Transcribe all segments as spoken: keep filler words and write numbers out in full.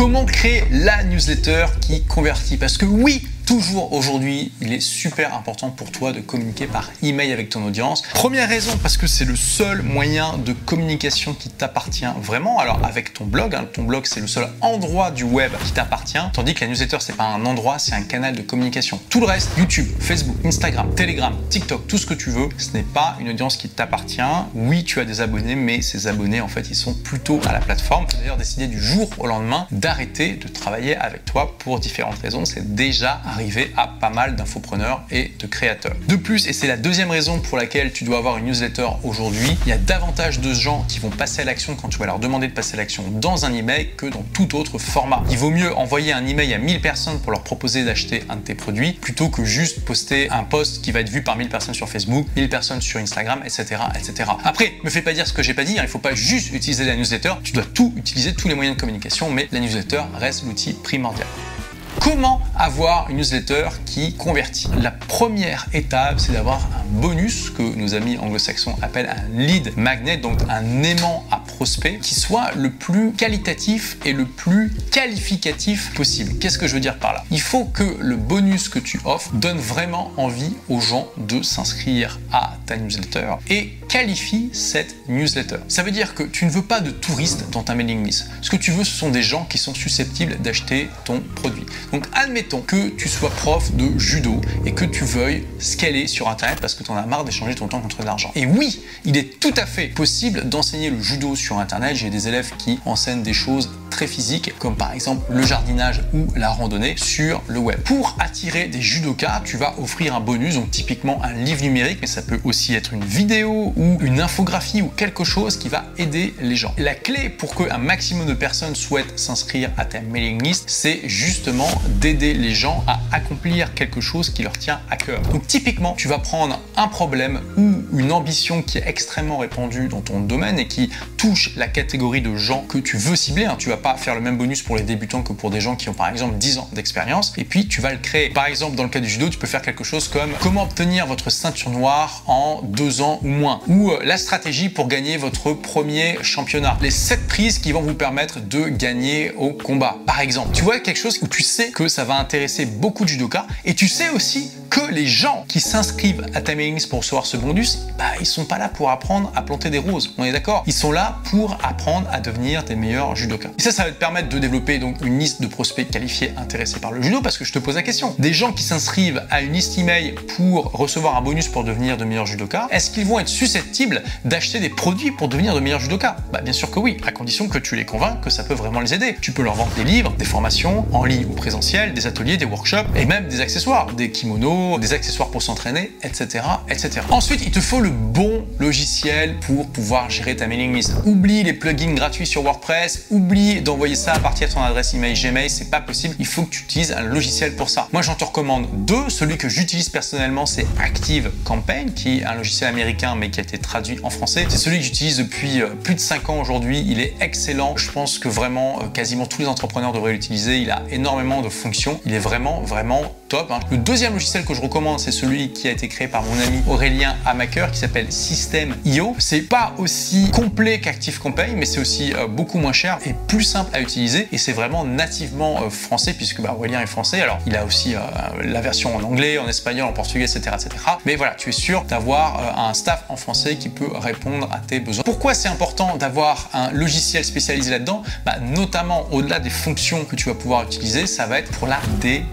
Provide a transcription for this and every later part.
Comment créer la newsletter qui convertit? Parce que oui, toujours aujourd'hui, il est super important pour toi de communiquer par email avec ton audience. Première raison, parce que c'est le seul moyen de communication qui t'appartient vraiment. Alors avec ton blog, hein, ton blog c'est le seul endroit du web qui t'appartient, tandis que la newsletter c'est pas un endroit, c'est un canal de communication. Tout le reste, YouTube, Facebook, Instagram, Telegram, TikTok, tout ce que tu veux, ce n'est pas une audience qui t'appartient. Oui, tu as des abonnés, mais ces abonnés en fait ils sont plutôt à la plateforme. Tu as d'ailleurs décidé du jour au lendemain d'arrêter de travailler avec toi pour différentes raisons. C'est déjà arriver à pas mal d'infopreneurs et de créateurs. De plus, et c'est la deuxième raison pour laquelle tu dois avoir une newsletter aujourd'hui, il y a davantage de gens qui vont passer à l'action quand tu vas leur demander de passer à l'action dans un email que dans tout autre format. Il vaut mieux envoyer un email à mille personnes pour leur proposer d'acheter un de tes produits plutôt que juste poster un post qui va être vu par mille personnes sur Facebook, mille personnes sur Instagram, et cetera, et cetera. Après, me fais pas dire ce que j'ai pas dit, hein, il faut pas juste utiliser la newsletter, tu dois tout utiliser, tous les moyens de communication, mais la newsletter reste l'outil primordial. Comment avoir une newsletter qui convertit? La première étape, c'est d'avoir un bonus que nos amis anglo-saxons appellent un lead magnet, donc un aimant à prospect qui soit le plus qualitatif et le plus qualificatif possible. Qu'est-ce que je veux dire par là? Il faut que le bonus que tu offres donne vraiment envie aux gens de s'inscrire à ta newsletter et qualifie cette newsletter. Ça veut dire que tu ne veux pas de touristes dans ta mailing list. Ce que tu veux, ce sont des gens qui sont susceptibles d'acheter ton produit. Donc admettons que tu sois prof de judo et que tu veuilles scaler sur internet parce que tu en as marre d'échanger ton temps contre de l'argent. Et oui, il est tout à fait possible d'enseigner le judo sur internet. J'ai des élèves qui enseignent des choses très physiques comme par exemple le jardinage ou la randonnée sur le web. Pour attirer des judokas, tu vas offrir un bonus, donc typiquement un livre numérique, mais ça peut aussi être une vidéo ou une infographie ou quelque chose qui va aider les gens. La clé pour qu'un maximum de personnes souhaitent s'inscrire à ta mailing list, c'est justement d'aider les gens à accomplir quelque chose qui leur tient à cœur. Donc typiquement, tu vas prendre un problème ou une ambition qui est extrêmement répandue dans ton domaine et qui touche la catégorie de gens que tu veux cibler. Hein. Tu vas pas faire le même bonus pour les débutants que pour des gens qui ont par exemple dix ans d'expérience, et puis tu vas le créer. Par exemple, dans le cas du judo, tu peux faire quelque chose comme comment obtenir votre ceinture noire en deux ans ou moins, ou euh, la stratégie pour gagner votre premier championnat, les sept prises qui vont vous permettre de gagner au combat, par exemple. Tu vois, quelque chose où tu sais que ça va intéresser beaucoup de judokas, et tu sais aussi que les gens qui s'inscrivent à ta mailing list pour recevoir ce bonus, bah, ils sont pas là pour apprendre à planter des roses, on est d'accord? Ils sont là pour apprendre à devenir des meilleurs judokas. Et ça, ça va te permettre de développer donc une liste de prospects qualifiés intéressés par le judo, parce que je te pose la question, des gens qui s'inscrivent à une liste email pour recevoir un bonus pour devenir de meilleurs judokas, est-ce qu'ils vont être susceptibles d'acheter des produits pour devenir de meilleurs judokas? Bah bien sûr que oui, à condition que tu les convainques que ça peut vraiment les aider. Tu peux leur vendre des livres, des formations en ligne ou présentiel, des ateliers, des workshops et même des accessoires, des kimonos, des accessoires pour s'entraîner, et cetera, et cetera. Ensuite, il te faut le bon logiciel pour pouvoir gérer ta mailing list. Oublie les plugins gratuits sur WordPress, oublie d'envoyer ça à partir de ton adresse email Gmail, c'est pas possible. Il faut que tu utilises un logiciel pour ça. Moi, j'en te recommande deux. Celui que j'utilise personnellement, c'est ActiveCampaign, qui est un logiciel américain mais qui a été traduit en français. C'est celui que j'utilise depuis plus de cinq ans aujourd'hui. Il est excellent. Je pense que vraiment, quasiment tous les entrepreneurs devraient l'utiliser. Il a énormément de fonctions. Il est vraiment, vraiment top. Hein. Le deuxième logiciel que je recommande, c'est celui qui a été créé par mon ami Aurélien Hamaker, qui s'appelle System point i o. C'est pas aussi complet qu'ActiveCampaign, mais c'est aussi euh, beaucoup moins cher et plus simple à utiliser. Et c'est vraiment nativement euh, français, puisque bah, Aurélien est français. Alors, il a aussi euh, la version en anglais, en espagnol, en portugais, et cetera, et cetera. Mais voilà, tu es sûr d'avoir euh, un staff en français qui peut répondre à tes besoins. Pourquoi c'est important d'avoir un logiciel spécialisé là-dedans? Bah, notamment, au-delà des fonctions que tu vas pouvoir utiliser, ça va être pour la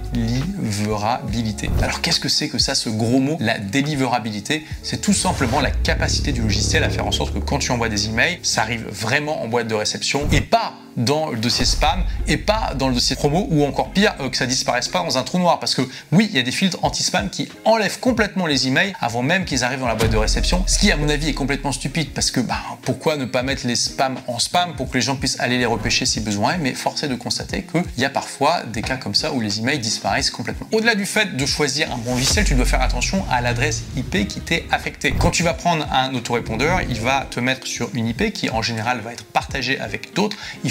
délivrabilité. Alors, qu'est-ce que c'est que ça, ce gros mot, la délivrabilité? C'est tout simplement la capacité du logiciel à faire en sorte que quand tu envoies des emails, ça arrive vraiment en boîte de réception et pas dans le dossier spam et pas dans le dossier promo, ou encore pire, euh, que ça disparaisse pas dans un trou noir, parce que oui, il y a des filtres anti-spam qui enlèvent complètement les emails avant même qu'ils arrivent dans la boîte de réception, ce qui à mon avis est complètement stupide, parce que bah, pourquoi ne pas mettre les spams en spam pour que les gens puissent aller les repêcher si besoin est, mais force est de constater qu'il y a parfois des cas comme ça où les emails disparaissent complètement. Au-delà du fait de choisir un bon logiciel, tu dois faire attention à l'adresse I P qui t'est affectée. Quand tu vas prendre un autorépondeur, il va te mettre sur une I P qui en général va être partagée avec d'autres. Il faut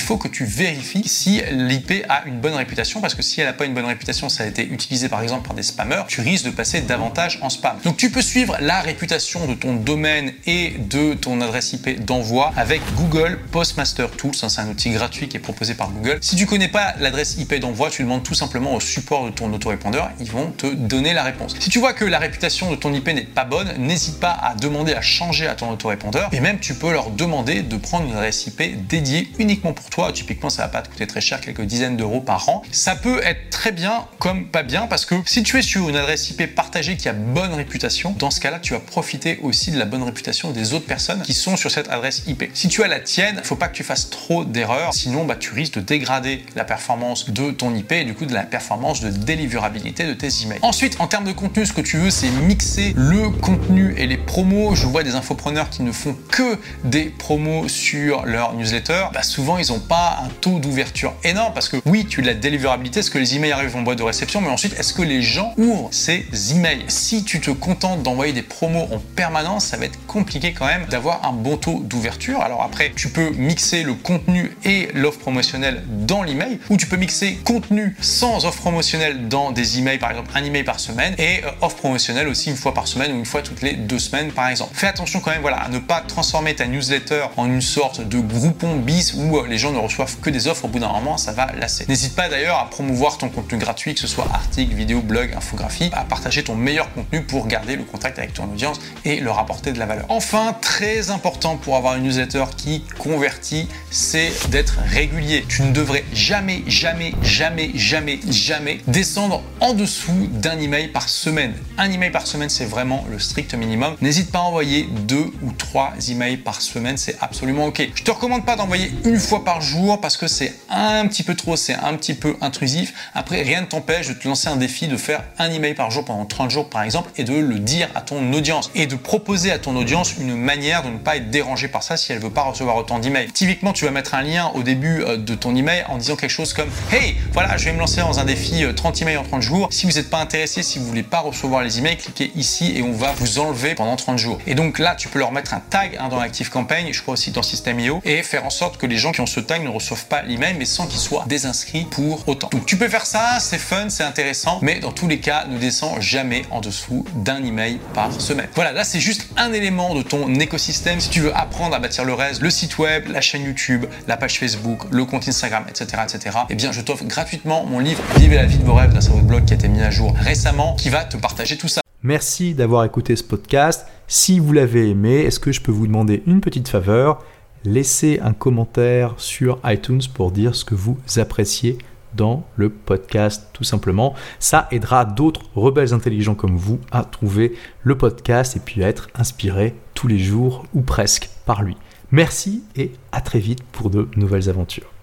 faut que tu vérifies si l'I P a une bonne réputation, parce que si elle n'a pas une bonne réputation, ça a été utilisé par exemple par des spammers, tu risques de passer davantage en spam. Donc tu peux suivre la réputation de ton domaine et de ton adresse I P d'envoi avec Google Postmaster Tools. C'est un outil gratuit qui est proposé par Google. Si tu connais pas l'adresse I P d'envoi, tu demandes tout simplement au support de ton autorépondeur, ils vont te donner la réponse. Si tu vois que la réputation de ton I P n'est pas bonne, n'hésite pas à demander à changer à ton autorépondeur, et même tu peux leur demander de prendre une adresse I P dédiée uniquement pour toi. Typiquement, ça va pas te coûter très cher, quelques dizaines d'euros par an. Ça peut être très bien comme pas bien, parce que si tu es sur une adresse I P partagée qui a bonne réputation, dans ce cas-là, tu vas profiter aussi de la bonne réputation des autres personnes qui sont sur cette adresse I P. Si tu as la tienne, faut pas que tu fasses trop d'erreurs, sinon bah, tu risques de dégrader la performance de ton I P et du coup de la performance de délivrabilité de tes emails. Ensuite, en termes de contenu, ce que tu veux, c'est mixer le contenu et les promos. Je vois des infopreneurs qui ne font que des promos sur leur newsletter. Bah, souvent, ils n'ont pas un taux d'ouverture énorme, parce que oui, tu as de la délivrabilité, est-ce que les emails arrivent en boîte de réception, mais ensuite, est-ce que les gens ouvrent ces emails? Si tu te contentes d'envoyer des promos en permanence, ça va être compliqué quand même d'avoir un bon taux d'ouverture. Alors après, tu peux mixer le contenu et l'offre promotionnelle dans l'email, ou tu peux mixer contenu sans offre promotionnelle dans des emails, par exemple un email par semaine, et euh, offre promotionnelle aussi une fois par semaine ou une fois toutes les deux semaines par exemple. Fais attention quand même voilà, à ne pas transformer ta newsletter en une sorte de groupon bis où euh, les gens ne reçoivent que des offres. Au bout d'un moment, ça va lasser. N'hésite pas d'ailleurs à promouvoir ton contenu gratuit, que ce soit article, vidéo, blog, infographie, à partager ton meilleur contenu pour garder le contact avec ton audience et leur apporter de la valeur. Enfin, très important pour avoir une newsletter qui convertit, c'est d'être régulier. Tu ne devrais jamais, jamais, jamais, jamais, jamais descendre en dessous d'un email par semaine. Un email par semaine, c'est vraiment le strict minimum. N'hésite pas à envoyer deux ou trois emails par semaine, c'est absolument ok. Je te recommande pas d'envoyer une fois par jour parce que c'est un petit peu trop, c'est un petit peu intrusif. Après, rien ne t'empêche de te lancer un défi de faire un email par jour pendant trente jours par exemple et de le dire à ton audience et de proposer à ton audience une manière de ne pas être dérangé par ça si elle veut pas recevoir autant d'emails. Typiquement, tu vas mettre un lien au début de ton email en disant quelque chose comme « Hey, voilà, je vais me lancer dans un défi trente emails en trente jours. Si vous n'êtes pas intéressé, si vous voulez pas recevoir les emails, cliquez ici et on va vous enlever pendant trente jours. » Et donc là, tu peux leur mettre un tag hein, dans ActiveCampaign, je crois aussi dans System.io, et faire en sorte que les gens qui ont ce tag ne reçoivent pas l'email, mais sans qu'ils soient désinscrits pour autant. Donc tu peux faire ça, c'est fun, c'est intéressant, mais dans tous les cas, ne descends jamais en dessous d'un email par semaine. Voilà, là c'est juste un élément de ton écosystème. Si tu veux apprendre à bâtir le reste, le site web, la chaîne YouTube, la page Facebook, le compte Instagram, et cetera, et cetera, eh bien je t'offre gratuitement mon livre Vivez la vie de vos rêves d'un cerveau de blog qui a été mis à jour récemment, qui va te partager tout ça. Merci d'avoir écouté ce podcast. Si vous l'avez aimé, est-ce que je peux vous demander une petite faveur? Laissez un commentaire sur iTunes pour dire ce que vous appréciez dans le podcast, tout simplement. Ça aidera d'autres rebelles intelligents comme vous à trouver le podcast et puis à être inspirés tous les jours ou presque par lui. Merci et à très vite pour de nouvelles aventures.